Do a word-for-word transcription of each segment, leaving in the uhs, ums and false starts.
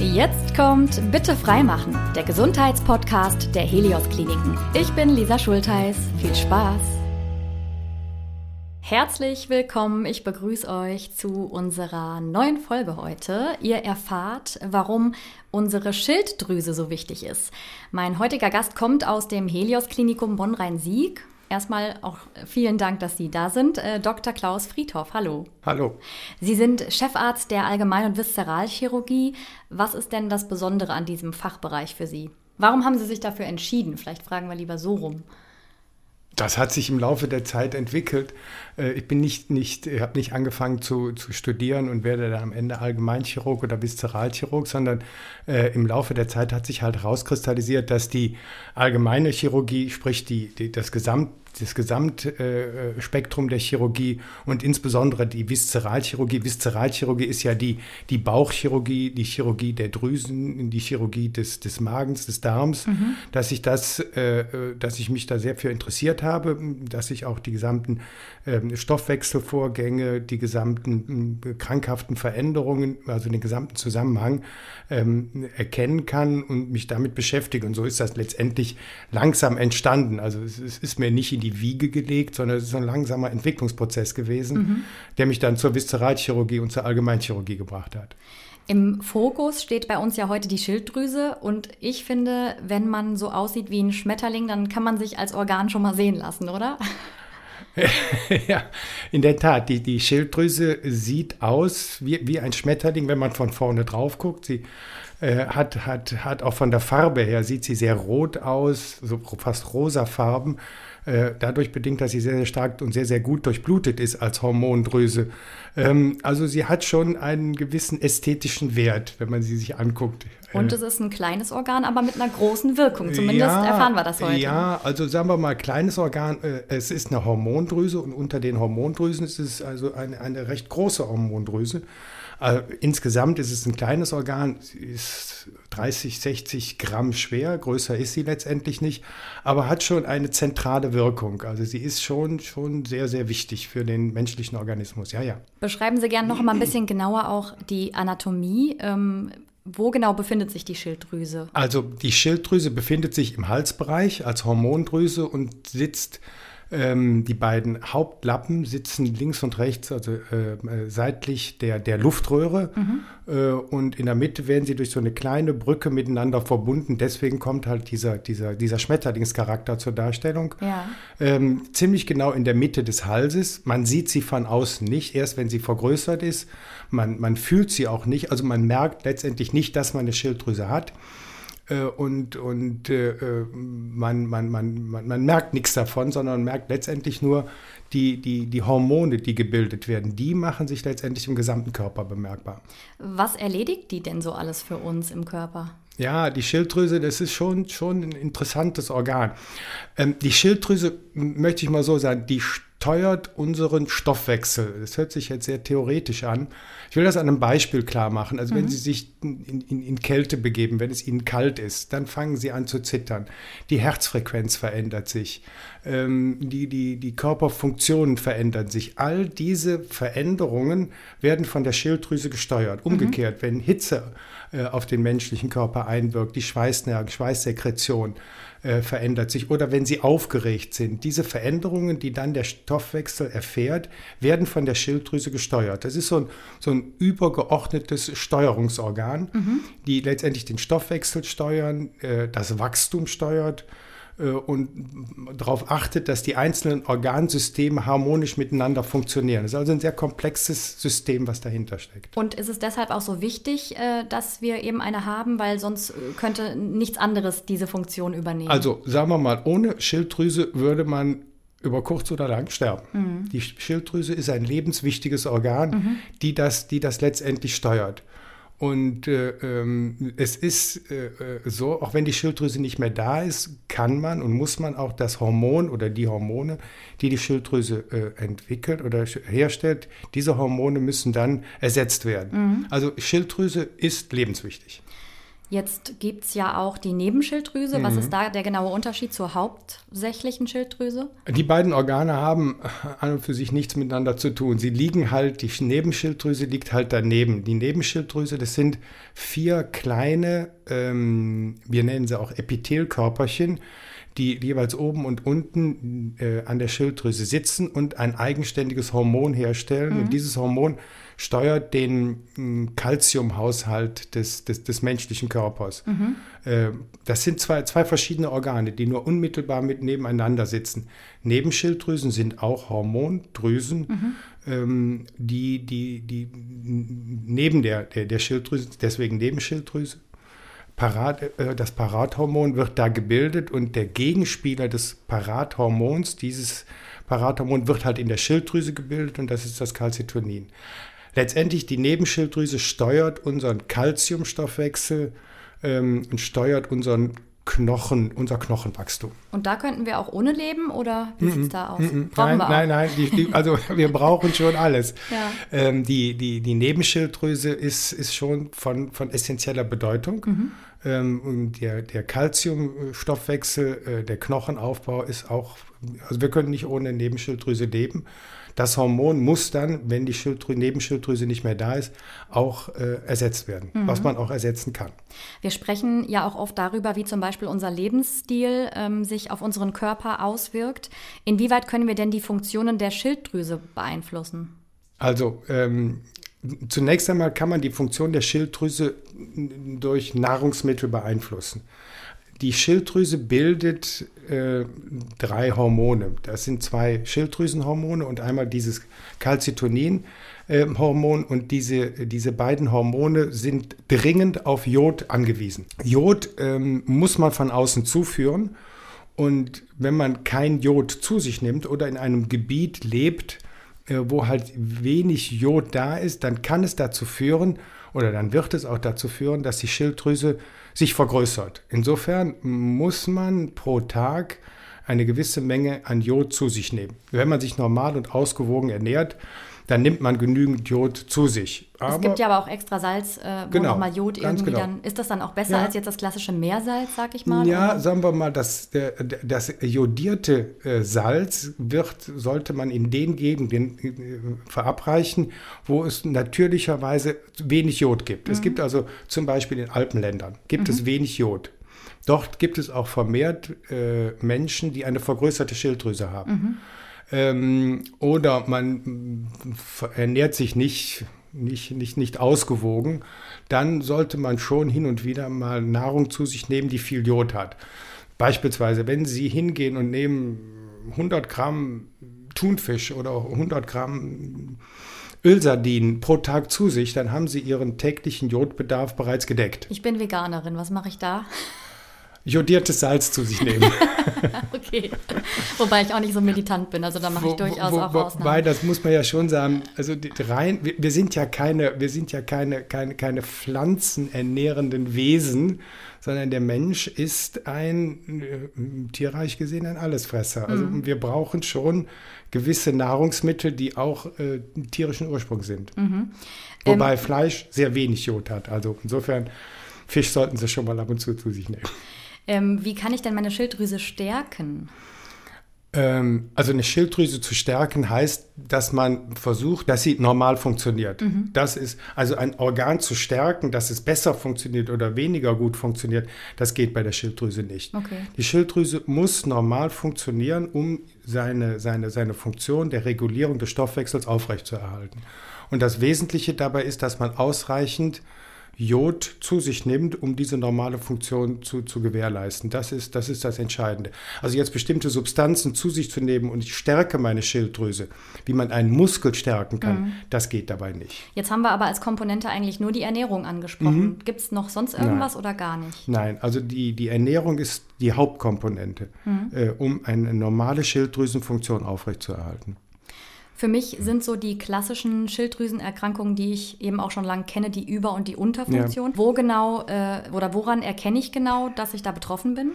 Jetzt kommt Bitte freimachen, der Gesundheitspodcast der Helios Kliniken. Ich bin Lisa Schultheis. Viel Spaß! Herzlich willkommen, ich begrüße euch zu unserer neuen Folge heute. Ihr erfahrt, warum unsere Schilddrüse so wichtig ist. Mein heutiger Gast kommt aus dem Helios Klinikum Bonn-Rhein-Sieg. Erstmal auch vielen Dank, dass Sie da sind. Äh, Doktor Klaus Friedhoff, hallo. Hallo. Sie sind Chefarzt der Allgemein- und Viszeralchirurgie. Was ist denn das Besondere an diesem Fachbereich für Sie? Warum haben Sie sich dafür entschieden? Vielleicht fragen wir lieber so rum. Das hat sich im Laufe der Zeit entwickelt. Ich bin nicht, nicht, ich habe nicht angefangen zu, zu studieren und werde dann am Ende Allgemeinchirurg oder Viszeralchirurg, sondern äh, im Laufe der Zeit hat sich halt herauskristallisiert, dass die allgemeine Chirurgie, sprich die, die, das Gesamt das Gesamtspektrum äh, der Chirurgie und insbesondere die Viszeralchirurgie. Viszeralchirurgie ist ja die, die Bauchchirurgie, die Chirurgie der Drüsen, die Chirurgie des, des Magens, des Darms, mhm. dass ich das, äh, dass ich mich da sehr für interessiert habe, dass ich auch die gesamten äh, Stoffwechselvorgänge, die gesamten äh, krankhaften Veränderungen, also den gesamten Zusammenhang ähm, erkennen kann und mich damit beschäftige. Und so ist das letztendlich langsam entstanden. Also es, es ist mir nicht in die die Wiege gelegt, sondern es ist ein langsamer Entwicklungsprozess gewesen, mhm. der mich dann zur Viszeralchirurgie und zur Allgemeinchirurgie gebracht hat. Im Fokus steht bei uns ja heute die Schilddrüse und ich finde, wenn man so aussieht wie ein Schmetterling, dann kann man sich als Organ schon mal sehen lassen, oder? Ja, in der Tat. Die, die Schilddrüse sieht aus wie, wie ein Schmetterling, wenn man von vorne drauf guckt. Sie äh, hat, hat, hat auch von der Farbe her, sieht sie sehr rot aus, so fast rosa Farben. Dadurch bedingt, dass sie sehr, sehr stark und sehr, sehr gut durchblutet ist als Hormondrüse. Also sie hat schon einen gewissen ästhetischen Wert, wenn man sie sich anguckt. Und es ist ein kleines Organ, aber mit einer großen Wirkung. Zumindest ja, erfahren wir das heute. Ja, also sagen wir mal, kleines Organ, es ist eine Hormondrüse und unter den Hormondrüsen ist es also eine, eine recht große Hormondrüse. Also insgesamt ist es ein kleines Organ, sie ist dreißig, sechzig Gramm schwer, größer ist sie letztendlich nicht, aber hat schon eine zentrale Wirkung. Also sie ist schon, schon sehr, sehr wichtig für den menschlichen Organismus, ja, ja. Beschreiben Sie gerne noch mal ein bisschen genauer auch die Anatomie. Ähm, wo genau befindet sich die Schilddrüse? Also die Schilddrüse befindet sich im Halsbereich als Hormondrüse und sitzt Ähm, die beiden Hauptlappen sitzen links und rechts, also äh, seitlich der, der Luftröhre. Mhm. Äh, und in der Mitte werden sie durch so eine kleine Brücke miteinander verbunden. Deswegen kommt halt dieser, dieser, dieser Schmetterlingscharakter zur Darstellung. Ja. Ähm, ziemlich genau in der Mitte des Halses. Man sieht sie von außen nicht, erst wenn sie vergrößert ist. Man, man fühlt sie auch nicht. Also man merkt letztendlich nicht, dass man eine Schilddrüse hat. Und, und äh, man, man, man, man, man merkt nichts davon, sondern man merkt letztendlich nur die, die, die Hormone, die gebildet werden. Die machen sich letztendlich im gesamten Körper bemerkbar. Was erledigt die denn so alles für uns im Körper? Ja, die Schilddrüse, das ist schon, schon ein interessantes Organ. Ähm, die Schilddrüse, möchte ich mal so sagen, die steuert unseren Stoffwechsel. Das hört sich jetzt sehr theoretisch an. Ich will das an einem Beispiel klar machen. Also mhm. wenn Sie sich in, in, in Kälte begeben, wenn es Ihnen kalt ist, dann fangen Sie an zu zittern. Die Herzfrequenz verändert sich. Ähm, die, die, die Körperfunktionen verändern sich. All diese Veränderungen werden von der Schilddrüse gesteuert. Umgekehrt, mhm. wenn Hitze äh, auf den menschlichen Körper einwirkt, die Schweißnerven, Schweißsekretion äh, verändert sich. Oder wenn sie aufgeregt sind. Diese Veränderungen, die dann der Stoffwechsel erfährt, werden von der Schilddrüse gesteuert. Das ist so ein, so ein übergeordnetes Steuerungsorgan, mhm. die letztendlich den Stoffwechsel steuern, äh, das Wachstum steuert äh, und darauf achtet, dass die einzelnen Organsysteme harmonisch miteinander funktionieren. Das ist also ein sehr komplexes System, was dahinter steckt. Und ist es deshalb auch so wichtig, äh, dass wir eben eine haben, weil sonst könnte nichts anderes diese Funktion übernehmen? Also sagen wir mal, ohne Schilddrüse würde man über kurz oder lang sterben. Mhm. Die Schilddrüse ist ein lebenswichtiges Organ, mhm. die, das, die das letztendlich steuert. Und äh, ähm, es ist äh, so, auch wenn die Schilddrüse nicht mehr da ist, kann man und muss man auch das Hormon oder die Hormone, die die Schilddrüse äh, entwickelt oder herstellt, diese Hormone müssen dann ersetzt werden. Mhm. Also Schilddrüse ist lebenswichtig. Jetzt gibt es ja auch die Nebenschilddrüse. Mhm. Was ist da der genaue Unterschied zur hauptsächlichen Schilddrüse? Die beiden Organe haben an und für sich nichts miteinander zu tun. Sie liegen halt, die Nebenschilddrüse liegt halt daneben. Die Nebenschilddrüse, das sind vier kleine, ähm, wir nennen sie auch Epithelkörperchen, die jeweils oben und unten äh, an der Schilddrüse sitzen und ein eigenständiges Hormon herstellen. Mhm. Und dieses Hormon steuert den Calciumhaushalt des, des, des menschlichen Körpers. Mhm. Äh, das sind zwei, zwei verschiedene Organe, die nur unmittelbar mit nebeneinander sitzen. Nebenschilddrüsen sind auch Hormondrüsen, mhm. ähm, die, die, die neben der, der, der Schilddrüse, deswegen Nebenschilddrüse. Parat, äh, das Parathormon wird da gebildet und der Gegenspieler des Parathormons, dieses Parathormon wird halt in der Schilddrüse gebildet und das ist das Calcitonin. Letztendlich die Nebenschilddrüse steuert unseren Calciumstoffwechsel ähm, und steuert unseren Knochen, unser Knochenwachstum. Und da könnten wir auch ohne leben oder wie sieht es da aus? Mm-mm. Brauchen nein, wir auch? Nein, nein, die, die, also wir brauchen schon alles. Ja. Ähm, die, die, die Nebenschilddrüse ist, ist schon von, von essentieller Bedeutung. Mhm. Ähm, und der, der Calciumstoffwechsel, äh, der Knochenaufbau ist auch, also wir können nicht ohne Nebenschilddrüse leben. Das Hormon muss dann, wenn die Schilddrüse, Nebenschilddrüse nicht mehr da ist, auch äh, ersetzt werden, mhm. was man auch ersetzen kann. Wir sprechen ja auch oft darüber, wie zum Beispiel unser Lebensstil ähm, sich auf unseren Körper auswirkt. Inwieweit können wir denn die Funktionen der Schilddrüse beeinflussen? Also ähm, zunächst einmal kann man die Funktion der Schilddrüse durch Nahrungsmittel beeinflussen. Die Schilddrüse bildet äh, drei Hormone. Das sind zwei Schilddrüsenhormone und einmal dieses Calcitonin-Hormon. Äh, und diese, diese beiden Hormone sind dringend auf Jod angewiesen. Jod ähm, muss man von außen zuführen. Und wenn man kein Jod zu sich nimmt oder in einem Gebiet lebt, äh, wo halt wenig Jod da ist, dann kann es dazu führen, oder dann wird es auch dazu führen, dass die Schilddrüse sich vergrößert. Insofern muss man pro Tag eine gewisse Menge an Jod zu sich nehmen. Wenn man sich normal und ausgewogen ernährt, dann nimmt man genügend Jod zu sich. Aber es gibt ja aber auch extra Salz, äh, wo genau, nochmal Jod irgendwie genau. dann, ist das dann auch besser ja. als jetzt das klassische Meersalz, sag ich mal? Ja, oder? sagen wir mal, das, das jodierte äh, Salz wird, sollte man in den Gegenden äh, verabreichen, wo es natürlicherweise wenig Jod gibt. Mhm. Es gibt also zum Beispiel in Alpenländern, gibt mhm. es wenig Jod. Dort gibt es auch vermehrt äh, Menschen, die eine vergrößerte Schilddrüse haben. Mhm. Ähm, oder man ernährt sich nicht, nicht, nicht, nicht ausgewogen, dann sollte man schon hin und wieder mal Nahrung zu sich nehmen, die viel Jod hat. Beispielsweise, wenn Sie hingehen und nehmen hundert Gramm Thunfisch oder hundert Gramm Ölsardinen pro Tag zu sich, dann haben Sie Ihren täglichen Jodbedarf bereits gedeckt. Ich bin Veganerin, was mache ich da? Jodiertes Salz zu sich nehmen. Okay, wobei ich auch nicht so militant bin, also da mache ich wo, durchaus wo, auch wo, Ausnahmen. Wobei, das muss man ja schon sagen, also die, rein, wir, wir sind ja keine, wir sind ja keine, keine, keine pflanzenernährenden Wesen, sondern der Mensch ist ein, äh, tierreich gesehen, ein Allesfresser. Also mhm. wir brauchen schon gewisse Nahrungsmittel, die auch äh, tierischen Ursprung sind. Mhm. Wobei ähm, Fleisch sehr wenig Jod hat, also insofern, Fisch sollten Sie schon mal ab und zu zu sich nehmen. Ähm, wie kann ich denn meine Schilddrüse stärken? Ähm, also eine Schilddrüse zu stärken heißt, dass man versucht, dass sie normal funktioniert. Mhm. Das ist, also ein Organ zu stärken, dass es besser funktioniert oder weniger gut funktioniert, das geht bei der Schilddrüse nicht. Okay. Die Schilddrüse muss normal funktionieren, um seine, seine, seine Funktion der Regulierung des Stoffwechsels aufrechtzuerhalten. Und das Wesentliche dabei ist, dass man ausreichend Jod zu sich nimmt, um diese normale Funktion zu, zu gewährleisten. Das ist, das ist das Entscheidende. Also jetzt bestimmte Substanzen zu sich zu nehmen und ich stärke meine Schilddrüse, wie man einen Muskel stärken kann, mhm. das geht dabei nicht. Jetzt haben wir aber als Komponente eigentlich nur die Ernährung angesprochen. Mhm. Gibt es noch sonst irgendwas Nein. oder gar nicht? Nein, also die, die Ernährung ist die Hauptkomponente, mhm. äh, um eine normale Schilddrüsenfunktion aufrechtzuerhalten. Für mich sind so die klassischen Schilddrüsenerkrankungen, die ich eben auch schon lange kenne, die Über- und die Unterfunktion. Ja. Wo genau äh, oder woran erkenne ich genau, dass ich da betroffen bin?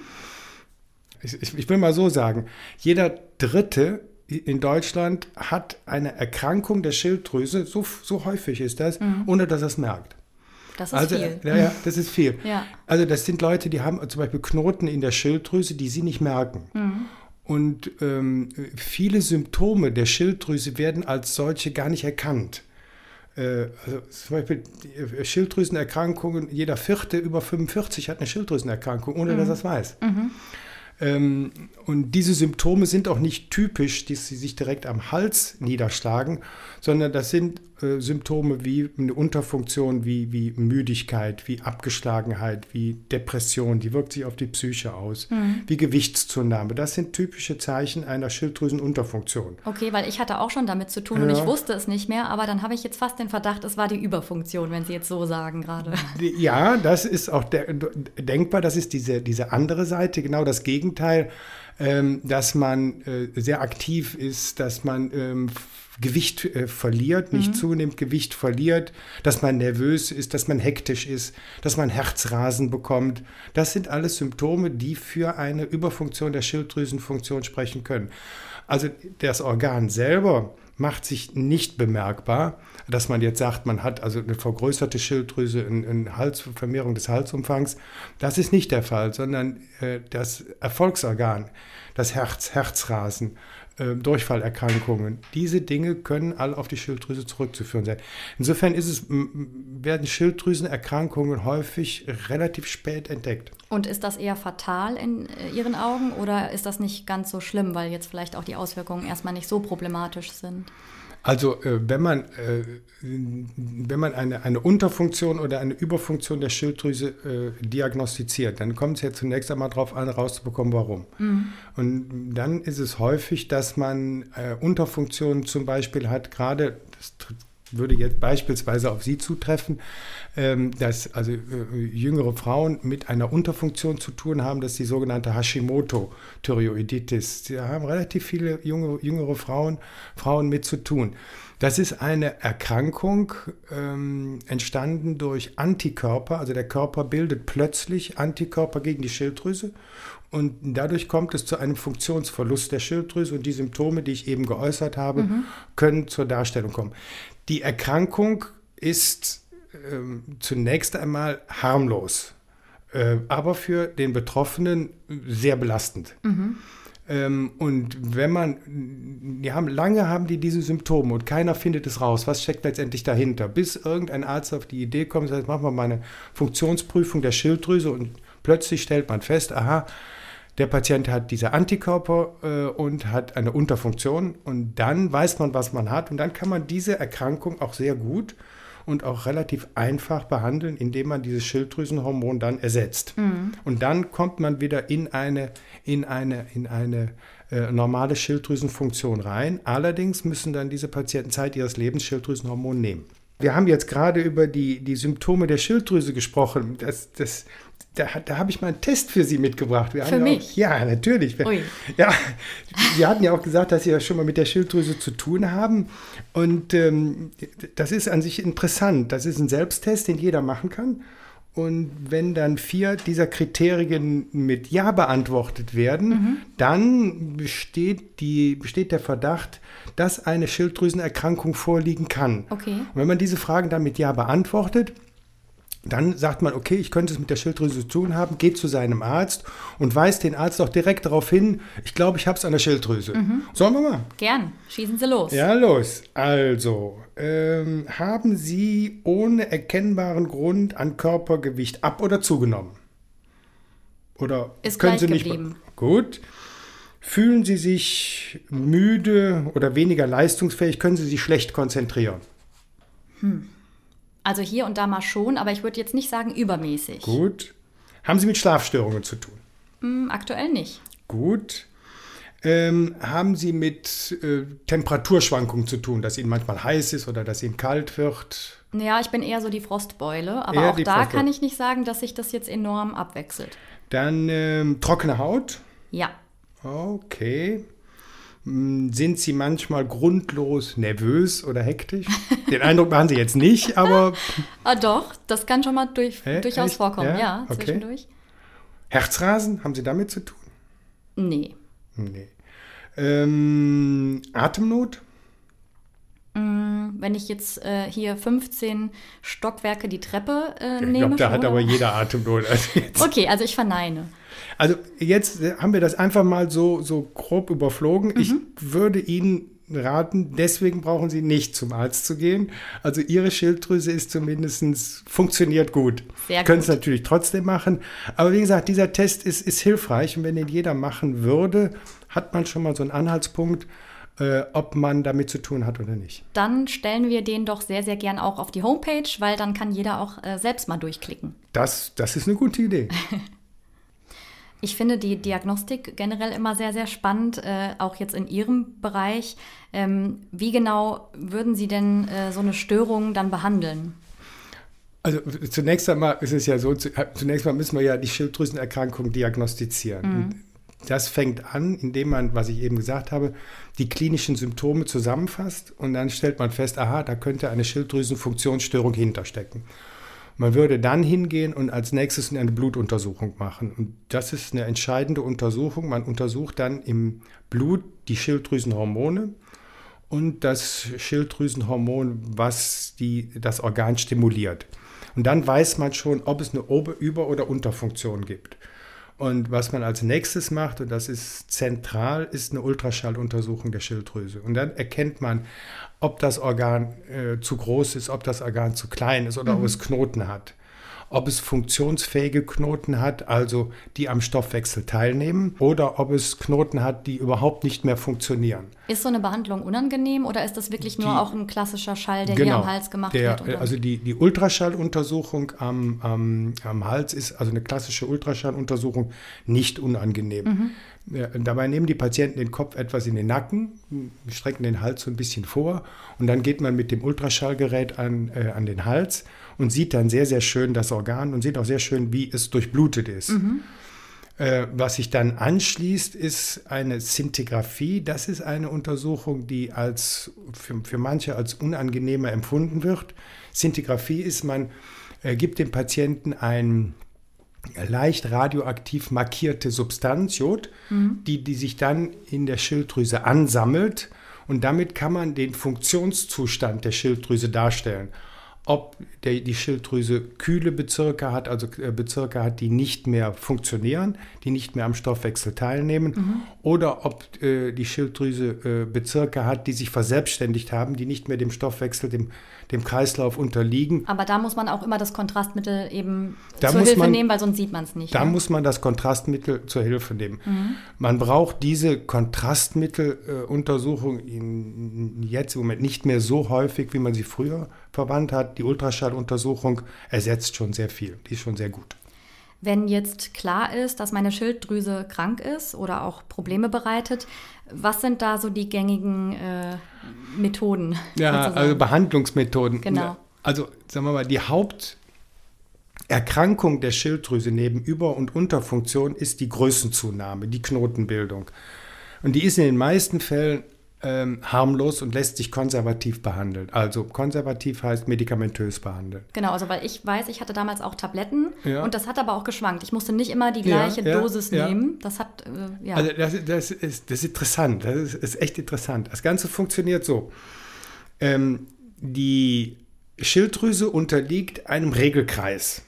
Ich, ich, ich will mal so sagen, jeder Dritte in Deutschland hat eine Erkrankung der Schilddrüse, so, so häufig ist das, mhm. ohne dass er es merkt. Das ist also, viel. Ja, ja, das ist viel. Ja. Also das sind Leute, die haben zum Beispiel Knoten in der Schilddrüse, die sie nicht merken. Mhm. Und ähm, viele Symptome der Schilddrüse werden als solche gar nicht erkannt. Äh, also zum Beispiel die Schilddrüsenerkrankungen, jeder Vierte über fünfundvierzig hat eine Schilddrüsenerkrankung, ohne mhm. dass er es weiß. Mhm. Ähm, und diese Symptome sind auch nicht typisch, dass sie sich direkt am Hals niederschlagen, sondern das sind äh, Symptome wie eine Unterfunktion, wie, wie Müdigkeit, wie Abgeschlagenheit, wie Depression, die wirkt sich auf die Psyche aus, mhm. wie Gewichtszunahme. Das sind typische Zeichen einer Schilddrüsenunterfunktion. Okay, weil ich hatte auch schon damit zu tun ja. und ich wusste es nicht mehr, aber dann habe ich jetzt fast den Verdacht, es war die Überfunktion, wenn Sie jetzt so sagen gerade. Ja, das ist auch der, denkbar, das ist diese, diese andere Seite, genau das Gegenteil, ähm, dass man äh, sehr aktiv ist, dass man ähm, Gewicht äh, verliert, nicht mhm. zunehmend Gewicht verliert, dass man nervös ist, dass man hektisch ist, dass man Herzrasen bekommt. Das sind alles Symptome, die für eine Überfunktion der Schilddrüsenfunktion sprechen können. Also das Organ selber macht sich nicht bemerkbar, dass man jetzt sagt, man hat also eine vergrößerte Schilddrüse, eine, eine Hals, Vermehrung des Halsumfangs. Das ist nicht der Fall, sondern äh, das Erfolgsorgan, das Herz, Herzrasen, äh, Durchfallerkrankungen, diese Dinge können alle auf die Schilddrüse zurückzuführen sein. Insofern ist es, werden Schilddrüsenerkrankungen häufig relativ spät entdeckt. Und ist das eher fatal in Ihren Augen oder ist das nicht ganz so schlimm, weil jetzt vielleicht auch die Auswirkungen erstmal nicht so problematisch sind? Also äh, wenn man, äh, wenn man eine, eine Unterfunktion oder eine Überfunktion der Schilddrüse äh, diagnostiziert, dann kommt es ja zunächst einmal darauf an, rauszubekommen, warum. Mhm. Und dann ist es häufig, dass man äh, Unterfunktionen zum Beispiel hat, gerade, das würde jetzt beispielsweise auf Sie zutreffen, ähm, dass also äh, jüngere Frauen mit einer Unterfunktion zu tun haben, das ist die sogenannte Hashimoto-Thyreoiditis. Da haben relativ viele junge, jüngere Frauen, Frauen mit zu tun. Das ist eine Erkrankung ähm, entstanden durch Antikörper, also der Körper bildet plötzlich Antikörper gegen die Schilddrüse und dadurch kommt es zu einem Funktionsverlust der Schilddrüse und die Symptome, die ich eben geäußert habe, mhm. können zur Darstellung kommen. Die Erkrankung ist ähm, zunächst einmal harmlos, äh, aber für den Betroffenen sehr belastend. Mhm. Ähm, und wenn man, die haben, lange haben die diese Symptome und keiner findet es raus, was steckt letztendlich dahinter, bis irgendein Arzt auf die Idee kommt, sagt, machen wir mal eine Funktionsprüfung der Schilddrüse und plötzlich stellt man fest, aha, der Patient hat diese Antikörper äh, und hat eine Unterfunktion und dann weiß man, was man hat und dann kann man diese Erkrankung auch sehr gut und auch relativ einfach behandeln, indem man dieses Schilddrüsenhormon dann ersetzt. Mhm. Und dann kommt man wieder in eine, in eine, in eine äh, normale Schilddrüsenfunktion rein. Allerdings müssen dann diese Patienten Zeit ihres Lebens Schilddrüsenhormon nehmen. Wir haben jetzt gerade über die, die Symptome der Schilddrüse gesprochen. Das, das, da da habe ich mal einen Test für Sie mitgebracht. Wir für haben mich? Ja, auch, ja, natürlich. Ui. Ja, Sie hatten ja auch gesagt, dass Sie ja schon mal mit der Schilddrüse zu tun haben. Und ähm, das ist an sich interessant. Das ist ein Selbsttest, den jeder machen kann. Und wenn dann vier dieser Kriterien mit Ja beantwortet werden, mhm. dann besteht, die, besteht der Verdacht, dass eine Schilddrüsenerkrankung vorliegen kann. Okay. Und wenn man diese Fragen dann mit Ja beantwortet, dann sagt man, okay, ich könnte es mit der Schilddrüse zu tun haben, geht zu seinem Arzt und weist den Arzt auch direkt darauf hin, ich glaube, ich habe es an der Schilddrüse. Mhm. Sollen wir mal? Gern, schießen Sie los. Ja, los. Also, ähm, haben Sie ohne erkennbaren Grund an Körpergewicht ab- oder zugenommen? Oder ist können gleich Sie nicht geblieben. Gut. Fühlen Sie sich müde oder weniger leistungsfähig? Können Sie sich schlecht konzentrieren? Hm. Also hier und da mal schon, aber ich würde jetzt nicht sagen übermäßig. Gut. Haben Sie mit Schlafstörungen zu tun? Hm, aktuell nicht. Gut. Ähm, haben Sie mit äh, Temperaturschwankungen zu tun, dass Ihnen manchmal heiß ist oder dass Ihnen kalt wird? Ja, ich bin eher so die Frostbeule, aber Eher auch die da Frostbeule. kann ich nicht sagen, dass sich das jetzt enorm abwechselt. Dann ähm, trockene Haut? Ja. Okay. Sind Sie manchmal grundlos nervös oder hektisch? Den Eindruck machen Sie jetzt nicht, aber... ah, doch, das kann schon mal durch, Hä? durchaus Echt? vorkommen, ja, Ja? Okay. zwischendurch. Herzrasen, haben Sie damit zu tun? Nee. Nee. Ähm, Atemnot? Mm, wenn ich jetzt äh, hier fünfzehn Stockwerke die Treppe äh, ich nehme? Ich glaube, da schon, hat oder? aber jeder Atemnot. Also jetzt, okay, also ich verneine. Also jetzt haben wir das einfach mal so, so grob überflogen. Mhm. Ich würde Ihnen raten, deswegen brauchen Sie nicht zum Arzt zu gehen. Also Ihre Schilddrüse ist zumindest, funktioniert gut. Sehr Können es gut. natürlich trotzdem machen. Aber wie gesagt, dieser Test ist, ist hilfreich. Und wenn den jeder machen würde, hat man schon mal so einen Anhaltspunkt, äh, ob man damit zu tun hat oder nicht. Dann stellen wir den doch sehr, sehr gern auch auf die Homepage, weil dann kann jeder auch äh, selbst mal durchklicken. Das, das ist eine gute Idee. Ich finde die Diagnostik generell immer sehr, sehr spannend, äh, auch jetzt in Ihrem Bereich. Ähm, wie genau würden Sie denn äh, so eine Störung dann behandeln? Also zunächst einmal ist es ja so, zunächst mal müssen wir ja die Schilddrüsenerkrankung diagnostizieren. Mhm. Das fängt an, indem man, was ich eben gesagt habe, die klinischen Symptome zusammenfasst und dann stellt man fest, aha, da könnte eine Schilddrüsenfunktionsstörung hinterstecken. Man würde dann hingehen und als nächstes eine Blutuntersuchung machen. Und das ist eine entscheidende Untersuchung. Man untersucht dann im Blut die Schilddrüsenhormone und das Schilddrüsenhormon, was die, das Organ stimuliert. Und dann weiß man schon, ob es eine Ober-, Über- oder Unterfunktion gibt. Und was man als nächstes macht, und das ist zentral, ist eine Ultraschalluntersuchung der Schilddrüse. Und dann erkennt man, ob das Organ äh, zu groß ist, ob das Organ zu klein ist oder mhm. ob es Knoten hat. Ob es funktionsfähige Knoten hat, also die am Stoffwechsel teilnehmen, oder ob es Knoten hat, die überhaupt nicht mehr funktionieren. Ist so eine Behandlung unangenehm oder ist das wirklich nur die, auch ein klassischer Schall, der genau, hier am Hals gemacht der, wird? Oder? Also die, die Ultraschalluntersuchung am, am, am Hals ist, also eine klassische Ultraschalluntersuchung, nicht unangenehm. Mhm. Ja, dabei nehmen die Patienten den Kopf etwas in den Nacken, strecken den Hals so ein bisschen vor und dann geht man mit dem Ultraschallgerät an, äh, an den Hals und sieht dann sehr, sehr schön das Organ und sieht auch sehr schön, wie es durchblutet ist. Mhm. Äh, was sich dann anschließt, ist eine Szintigraphie. Das ist eine Untersuchung, die als, für, für manche als unangenehmer empfunden wird. Szintigraphie ist, man äh, gibt dem Patienten ein leicht radioaktiv markierte Substanz, Jod, mhm. die, die sich dann in der Schilddrüse ansammelt und damit kann man den Funktionszustand der Schilddrüse darstellen. Ob der, die Schilddrüse kühle Bezirke hat, also Bezirke hat, die nicht mehr funktionieren, die nicht mehr am Stoffwechsel teilnehmen, mhm. oder ob äh, die Schilddrüse äh, Bezirke hat, die sich verselbstständigt haben, die nicht mehr dem Stoffwechsel, dem, dem Kreislauf unterliegen. Aber da muss man auch immer das Kontrastmittel eben da zur Hilfe man, nehmen, weil sonst sieht man es nicht. Da ne? muss man das Kontrastmittel zur Hilfe nehmen. Mhm. Man braucht diese Kontrastmitteluntersuchung äh, jetzt im Moment nicht mehr so häufig, wie man sie früher verwandt hat. Die Ultraschalluntersuchung ersetzt schon sehr viel. Die ist schon sehr gut. Wenn jetzt klar ist, dass meine Schilddrüse krank ist oder auch Probleme bereitet, was sind da so die gängigen äh, Methoden? Ja, sozusagen? Also Behandlungsmethoden. Genau. Also sagen wir mal, die Haupterkrankung der Schilddrüse neben Über- und Unterfunktion ist die Größenzunahme, die Knotenbildung. Und die ist in den meisten Fällen Ähm, harmlos und lässt sich konservativ behandeln. Also konservativ heißt medikamentös behandeln. Genau, also weil ich weiß, ich hatte damals auch Tabletten ja. und das hat aber auch geschwankt. Ich musste nicht immer die gleiche ja, ja, Dosis ja. nehmen. Das hat, äh, ja. Also das, das, ist, das ist interessant, das ist, ist echt interessant. Das Ganze funktioniert so. Ähm, die Schilddrüse unterliegt einem Regelkreis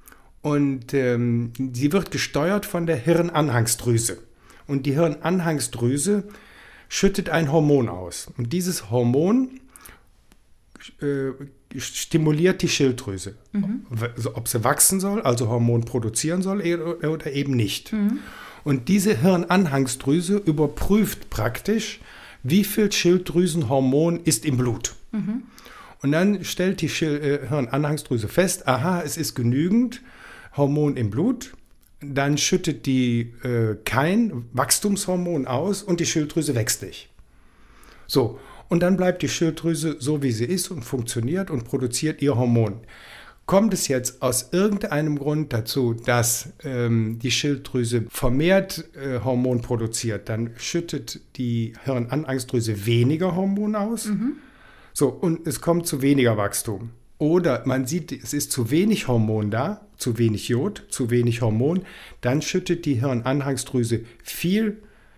und ähm, sie wird gesteuert von der Hirnanhangsdrüse. Und die Hirnanhangsdrüse schüttet ein Hormon aus. Und dieses Hormon äh, stimuliert die Schilddrüse. Mhm. Ob sie wachsen soll, also Hormon produzieren soll oder eben nicht. Mhm. Und diese Hirnanhangsdrüse überprüft praktisch, wie viel Schilddrüsenhormon ist im Blut. Mhm. Und dann stellt die Schil- äh, Hirnanhangsdrüse fest, aha, es ist genügend Hormon im Blut. Dann schüttet die äh, kein Wachstumshormon aus und die Schilddrüse wächst nicht. So, und dann bleibt die Schilddrüse so, wie sie ist und funktioniert und produziert ihr Hormon. Kommt es jetzt aus irgendeinem Grund dazu, dass ähm, die Schilddrüse vermehrt äh, Hormon produziert, dann schüttet die Hirnanhangsdrüse weniger Hormon aus. Mhm. So, und es kommt zu weniger Wachstum. Oder man sieht, es ist zu wenig Hormon da, zu wenig Jod, zu wenig Hormon, dann schüttet die Hirnanhangsdrüse viel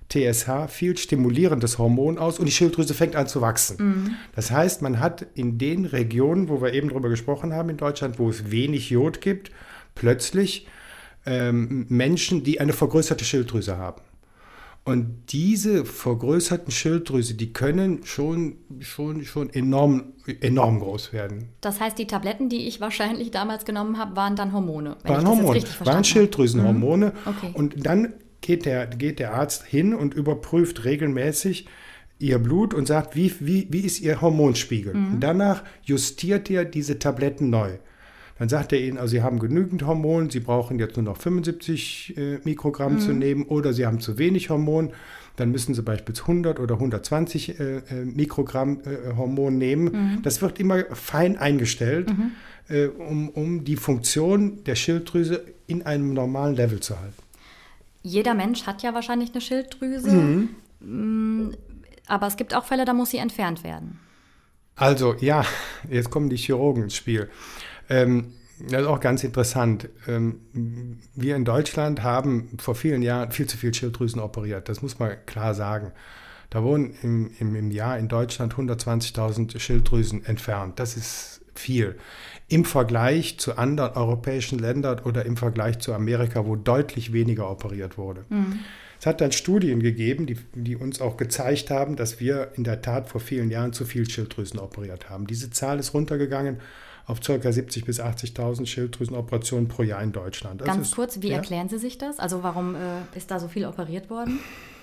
T S H, viel stimulierendes Hormon aus und die Schilddrüse fängt an zu wachsen. Mhm. Das heißt, man hat in den Regionen, wo wir eben drüber gesprochen haben in Deutschland, wo es wenig Jod gibt, plötzlich ähm, Menschen, die eine vergrößerte Schilddrüse haben. Und diese vergrößerten Schilddrüse, die können schon, schon, schon enorm, enorm groß werden. Das heißt, die Tabletten, die ich wahrscheinlich damals genommen habe, waren dann Hormone, wenn waren ich das Hormone, jetzt richtig verstanden waren Schilddrüsenhormone. Mhm. Okay. Und dann geht der, geht der Arzt hin und überprüft regelmäßig ihr Blut und sagt, wie, wie, wie ist ihr Hormonspiegel. Mhm. Und danach justiert er diese Tabletten neu. Dann sagt er ihnen, also sie haben genügend Hormon, sie brauchen jetzt nur noch fünfundsiebzig äh, Mikrogramm mhm. zu nehmen oder sie haben zu wenig Hormon, dann müssen sie beispielsweise hundert oder hundertzwanzig äh, Mikrogramm äh, Hormon nehmen. Mhm. Das wird immer fein eingestellt, mhm. äh, um, um die Funktion der Schilddrüse in einem normalen Level zu halten. Jeder Mensch hat ja wahrscheinlich eine Schilddrüse, mhm. aber es gibt auch Fälle, da muss sie entfernt werden. Also ja, jetzt kommen die Chirurgen ins Spiel. Ähm, das ist auch ganz interessant. Ähm, wir in Deutschland haben vor vielen Jahren viel zu viel Schilddrüsen operiert. Das muss man klar sagen. Da wurden im, im, im Jahr in Deutschland hundertzwanzigtausend Schilddrüsen entfernt. Das ist viel. Im Vergleich zu anderen europäischen Ländern oder im Vergleich zu Amerika, wo deutlich weniger operiert wurde. Mhm. Es hat dann Studien gegeben, die, die uns auch gezeigt haben, dass wir in der Tat vor vielen Jahren zu viel Schilddrüsen operiert haben. Diese Zahl ist runtergegangen auf ca. siebzigtausend bis achtzigtausend Schilddrüsenoperationen pro Jahr in Deutschland. Das Ganz ist, kurz, wie ja? erklären Sie sich das? Also warum äh, ist da so viel operiert worden?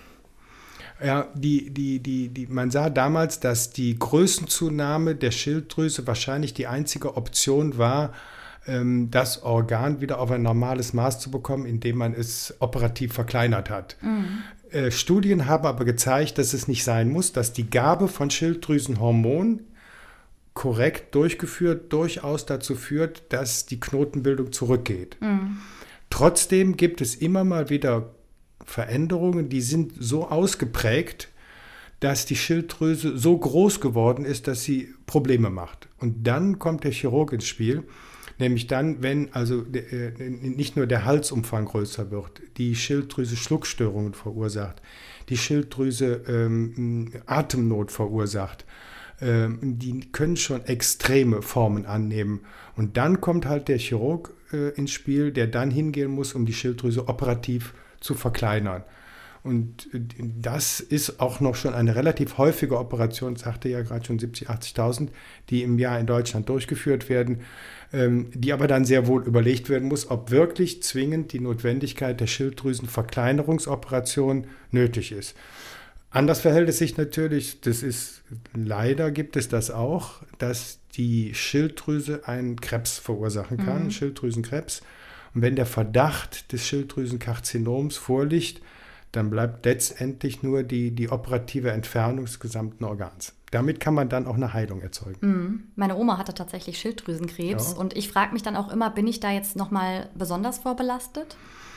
Ja, die, die, die, die, man sah damals, dass die Größenzunahme der Schilddrüse wahrscheinlich die einzige Option war, ähm, das Organ wieder auf ein normales Maß zu bekommen, indem man es operativ verkleinert hat. Mhm. Äh, Studien haben aber gezeigt, dass es nicht sein muss, dass die Gabe von Schilddrüsenhormon korrekt durchgeführt durchaus dazu führt, dass die Knotenbildung zurückgeht. Mhm. Trotzdem gibt es immer mal wieder Veränderungen, die sind so ausgeprägt, dass die Schilddrüse so groß geworden ist, dass sie Probleme macht. Und dann kommt der Chirurg ins Spiel, nämlich dann, wenn also äh, nicht nur der Halsumfang größer wird, die Schilddrüse Schluckstörungen verursacht, die Schilddrüse ähm, Atemnot verursacht. Die können schon extreme Formen annehmen. Und dann kommt halt der Chirurg äh, ins Spiel, der dann hingehen muss, um die Schilddrüse operativ zu verkleinern. Und das ist auch noch schon eine relativ häufige Operation, sagte ja gerade schon siebzigtausend, achtzigtausend, die im Jahr in Deutschland durchgeführt werden, ähm, die aber dann sehr wohl überlegt werden muss, ob wirklich zwingend die Notwendigkeit der Schilddrüsenverkleinerungsoperation nötig ist. Anders verhält es sich natürlich, das ist, leider gibt es das auch, dass die Schilddrüse einen Krebs verursachen kann, mhm. Schilddrüsenkrebs. Und wenn der Verdacht des Schilddrüsenkarzinoms vorliegt, dann bleibt letztendlich nur die, die operative Entfernung des gesamten Organs. Damit kann man dann auch eine Heilung erzeugen. Mhm. Meine Oma hatte tatsächlich Schilddrüsenkrebs ja. und ich frage mich dann auch immer, bin ich da jetzt nochmal besonders vorbelastet?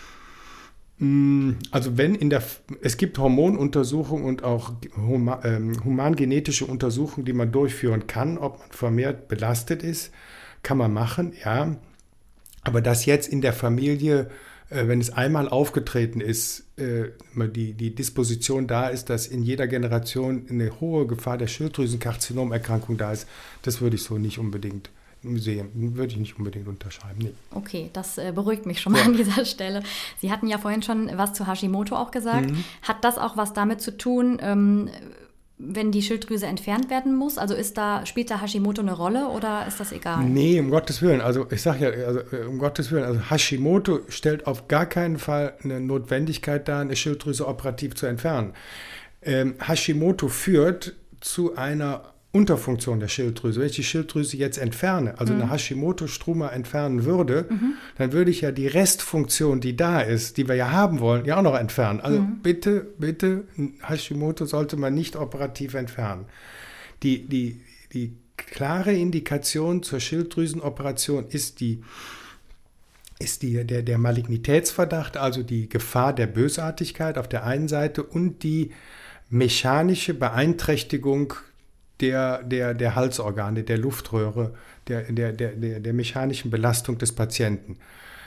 Also wenn in der, es gibt Hormonuntersuchungen und auch huma, ähm, humangenetische Untersuchungen, die man durchführen kann, ob man vermehrt belastet ist, kann man machen, ja. Aber dass jetzt in der Familie, äh, wenn es einmal aufgetreten ist, äh, die, die Disposition da ist, dass in jeder Generation eine hohe Gefahr der Schilddrüsenkarzinomerkrankung da ist, das würde ich so nicht unbedingt sehen. Würde ich nicht unbedingt unterschreiben. Nee. Okay, das äh, beruhigt mich schon mal ja. an dieser Stelle. Sie hatten ja vorhin schon was zu Hashimoto auch gesagt. Mhm. Hat das auch was damit zu tun, ähm, wenn die Schilddrüse entfernt werden muss? Also ist da, spielt da Hashimoto eine Rolle oder ist das egal? Nee, um Gottes Willen. Also ich sage ja, also, um Gottes Willen, also Hashimoto stellt auf gar keinen Fall eine Notwendigkeit dar, eine Schilddrüse operativ zu entfernen. Ähm, Hashimoto führt zu einer Unterfunktion der Schilddrüse. Wenn ich die Schilddrüse jetzt entferne, also mhm. eine Hashimoto-Struma entfernen würde, mhm. dann würde ich ja die Restfunktion, die da ist, die wir ja haben wollen, ja auch noch entfernen. Also mhm. bitte, bitte, Hashimoto sollte man nicht operativ entfernen. Die, die, die klare Indikation zur Schilddrüsenoperation ist die ist die, der, der Malignitätsverdacht, also die Gefahr der Bösartigkeit auf der einen Seite und die mechanische Beeinträchtigung Der, der, der Halsorgane, der Luftröhre, der, der, der, der mechanischen Belastung des Patienten.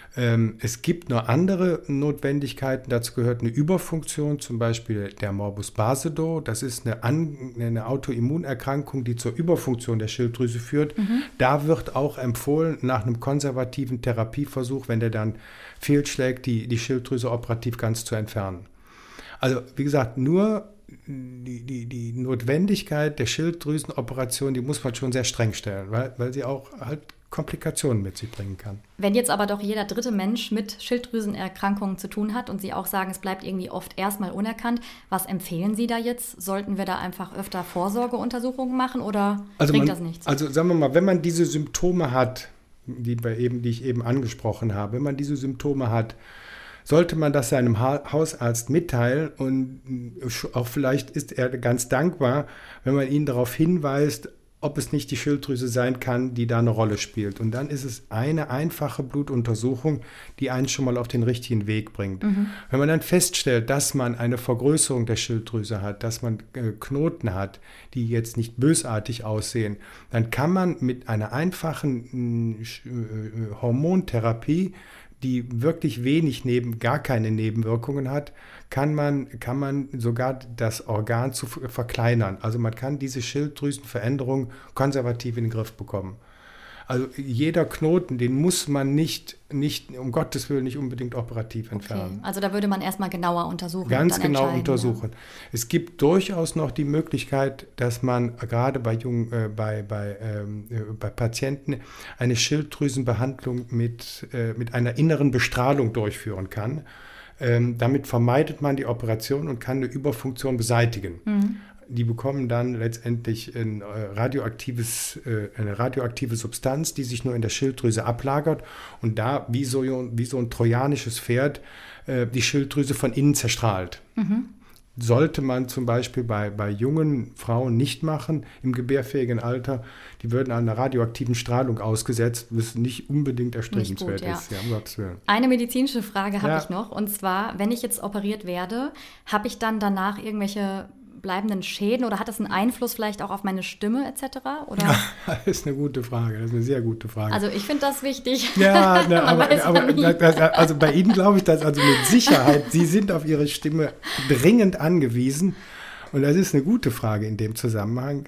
Ähm, es gibt noch andere Notwendigkeiten. Dazu gehört eine Überfunktion, zum Beispiel der Morbus Basedow. Das ist eine, An- eine Autoimmunerkrankung, die zur Überfunktion der Schilddrüse führt. Mhm. Da wird auch empfohlen, nach einem konservativen Therapieversuch, wenn der dann fehlschlägt, die, die Schilddrüse operativ ganz zu entfernen. Also wie gesagt, nur die, die, die Notwendigkeit der Schilddrüsenoperation, die muss man schon sehr streng stellen, weil, weil sie auch halt Komplikationen mit sich bringen kann. Wenn jetzt aber doch jeder dritte Mensch mit Schilddrüsenerkrankungen zu tun hat und Sie auch sagen, es bleibt irgendwie oft erstmal unerkannt, was empfehlen Sie da jetzt? Sollten wir da einfach öfter Vorsorgeuntersuchungen machen oder also bringt man, das nichts? Also sagen wir mal, wenn man diese Symptome hat, die, wir eben, die ich eben angesprochen habe, wenn man diese Symptome hat, sollte man das seinem ha- Hausarzt mitteilen und auch vielleicht ist er ganz dankbar, wenn man ihn darauf hinweist, ob es nicht die Schilddrüse sein kann, die da eine Rolle spielt. Und dann ist es eine einfache Blutuntersuchung, die einen schon mal auf den richtigen Weg bringt. Mhm. Wenn man dann feststellt, dass man eine Vergrößerung der Schilddrüse hat, dass man äh, Knoten hat, die jetzt nicht bösartig aussehen, dann kann man mit einer einfachen äh, Hormontherapie, die wirklich wenig neben, gar keine Nebenwirkungen hat, kann man, kann man sogar das Organ zu verkleinern. Also man kann diese Schilddrüsenveränderung konservativ in den Griff bekommen. Also jeder Knoten, den muss man nicht, nicht um Gottes Willen nicht unbedingt operativ entfernen. Okay. Also da würde man erstmal genauer untersuchen. Ganz und dann genau entscheiden, untersuchen. Ja. Es gibt durchaus noch die Möglichkeit, dass man gerade bei, jungen, äh, bei, bei, ähm, äh, bei Patienten eine Schilddrüsenbehandlung mit, äh, mit einer inneren Bestrahlung durchführen kann. Ähm, damit vermeidet man die Operation und kann eine Überfunktion beseitigen. Mhm. Die bekommen dann letztendlich ein radioaktives, eine radioaktive Substanz, die sich nur in der Schilddrüse ablagert und da wie so, wie so ein trojanisches Pferd die Schilddrüse von innen zerstrahlt. Mhm. Sollte man zum Beispiel bei, bei jungen Frauen nicht machen, im gebärfähigen Alter, die würden einer radioaktiven Strahlung ausgesetzt, was nicht unbedingt erstrebenswert ja. ist. Ja, um Gottes Willen. Eine medizinische Frage habe ja. ich noch, und zwar, wenn ich jetzt operiert werde, habe ich dann danach irgendwelche bleibenden Schäden oder hat das einen Einfluss vielleicht auch auf meine Stimme et cetera? Oder? Ja, das ist eine gute Frage, das ist eine sehr gute Frage. Also ich finde das wichtig. Ja, na, aber, aber das, also bei Ihnen glaube ich das also mit Sicherheit. Sie sind auf Ihre Stimme dringend angewiesen und das ist eine gute Frage in dem Zusammenhang.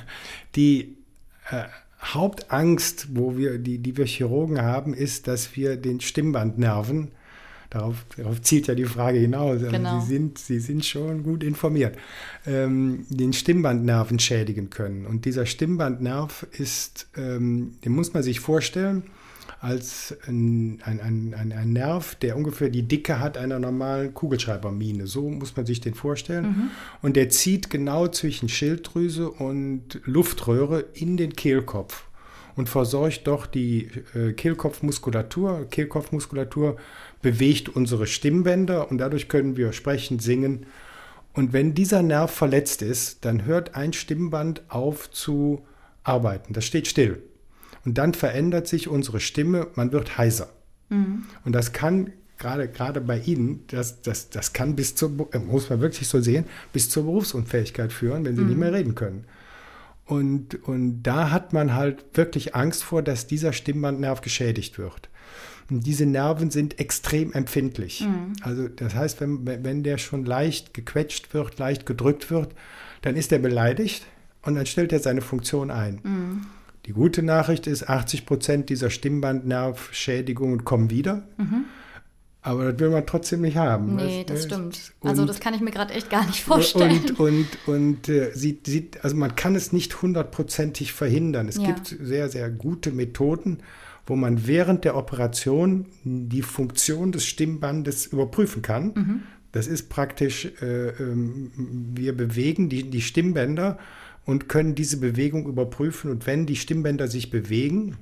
Die äh, Hauptangst, wo wir, die, die wir Chirurgen haben, ist, dass wir den Stimmbandnerven, Darauf, darauf zielt ja die Frage hinaus. Genau. Sie sind, Sie sind schon gut informiert. Ähm, den Stimmbandnerven schädigen können. Und dieser Stimmbandnerv ist, ähm, den muss man sich vorstellen, als ein, ein, ein, ein, ein Nerv, der ungefähr die Dicke hat einer normalen Kugelschreibermine. So muss man sich den vorstellen. Mhm. Und der zieht genau zwischen Schilddrüse und Luftröhre in den Kehlkopf und versorgt doch die äh, Kehlkopfmuskulatur. Kehlkopfmuskulatur bewegt unsere Stimmbänder und dadurch können wir sprechen, singen. Und wenn dieser Nerv verletzt ist, dann hört ein Stimmband auf zu arbeiten. Das steht still. Und dann verändert sich unsere Stimme, man wird heiser. Mhm. Und das kann, gerade, gerade bei Ihnen, das, das, das kann bis zur, muss man wirklich so sehen, bis zur Berufsunfähigkeit führen, wenn Sie mhm. nicht mehr reden können. Und, und da hat man halt wirklich Angst vor, dass dieser Stimmbandnerv geschädigt wird. Und diese Nerven sind extrem empfindlich. Mhm. Also das heißt, wenn, wenn der schon leicht gequetscht wird, leicht gedrückt wird, dann ist er beleidigt und dann stellt er seine Funktion ein. Mhm. Die gute Nachricht ist, achtzig Prozent dieser Stimmbandnervschädigungen kommen wieder. Mhm. Aber das will man trotzdem nicht haben. Nee, das, das stimmt. Und, also das kann ich mir gerade echt gar nicht vorstellen. Und, und, und äh, sie, sie, also man kann es nicht hundertprozentig verhindern. Es ja. gibt sehr, sehr gute Methoden, wo man während der Operation die Funktion des Stimmbandes überprüfen kann. Mhm. Das ist praktisch, äh, äh, wir bewegen die, die Stimmbänder und können diese Bewegung überprüfen. Und wenn die Stimmbänder sich bewegen,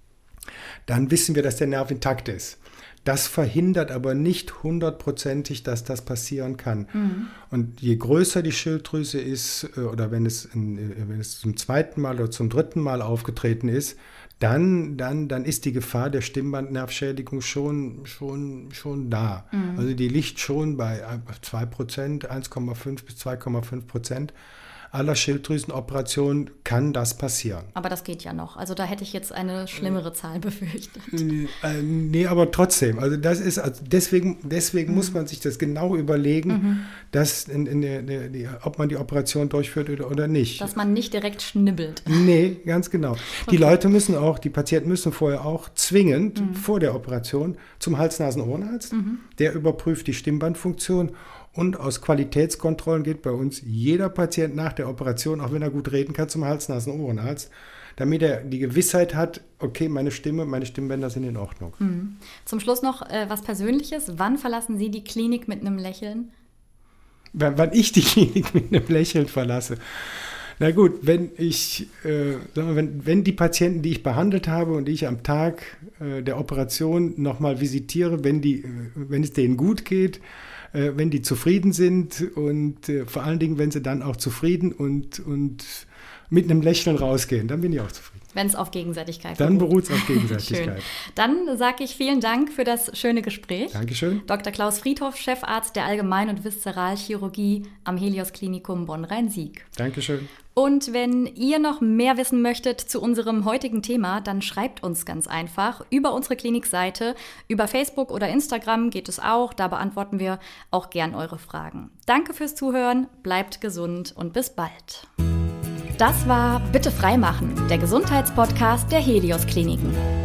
dann wissen wir, dass der Nerv intakt ist. Das verhindert aber nicht hundertprozentig, dass das passieren kann. Mhm. Und je größer die Schilddrüse ist, oder wenn es, wenn es zum zweiten Mal oder zum dritten Mal aufgetreten ist, dann, dann, dann ist die Gefahr der Stimmbandnervschädigung schon, schon, schon da. Mhm. Also die liegt schon bei zwei Prozent, eins Komma fünf bis zwei Komma fünf Prozent. aller Schilddrüsenoperationen kann das passieren. Aber das geht ja noch. Also da hätte ich jetzt eine schlimmere Zahl befürchtet. Äh, nee, aber trotzdem. Also das ist, also deswegen, deswegen mhm. muss man sich das genau überlegen, mhm. dass in, in der, der, die, ob man die Operation durchführt oder, oder nicht. Dass man nicht direkt schnibbelt. Nee, ganz genau. Okay. Die Leute müssen auch, die Patienten müssen vorher auch zwingend mhm. vor der Operation zum Hals-Nasen-Ohrenarzt. Mhm. Der überprüft die Stimmbandfunktion. Und aus Qualitätskontrollen geht bei uns jeder Patient nach der Operation, auch wenn er gut reden kann, zum Hals-Nasen-Ohrenarzt, damit er die Gewissheit hat, okay, meine Stimme, meine Stimmbänder sind in Ordnung. Mhm. Zum Schluss noch äh, was Persönliches. Wann verlassen Sie die Klinik mit einem Lächeln? W- wann ich die Klinik mit einem Lächeln verlasse? Na gut, wenn ich, äh, sagen wir, wenn, wenn die Patienten, die ich behandelt habe und die ich am Tag äh, der Operation nochmal visitiere, wenn, die, äh, wenn es denen gut geht, wenn die zufrieden sind und äh, vor allen Dingen, wenn sie dann auch zufrieden und, und mit einem Lächeln rausgehen, dann bin ich auch zufrieden. Wenn es auf Gegenseitigkeit beruht. Dann beruht es auf Gegenseitigkeit. Dann sage ich vielen Dank für das schöne Gespräch. Dankeschön. Doktor Klaus Friedhoff, Chefarzt der Allgemein- und Viszeralchirurgie am Helios Klinikum Bonn-Rhein-Sieg. Dankeschön. Und wenn ihr noch mehr wissen möchtet zu unserem heutigen Thema, dann schreibt uns ganz einfach über unsere Klinikseite. Über Facebook oder Instagram geht es auch. Da beantworten wir auch gern eure Fragen. Danke fürs Zuhören, bleibt gesund und bis bald. Das war Bitte freimachen, der Gesundheitspodcast der Helios Kliniken.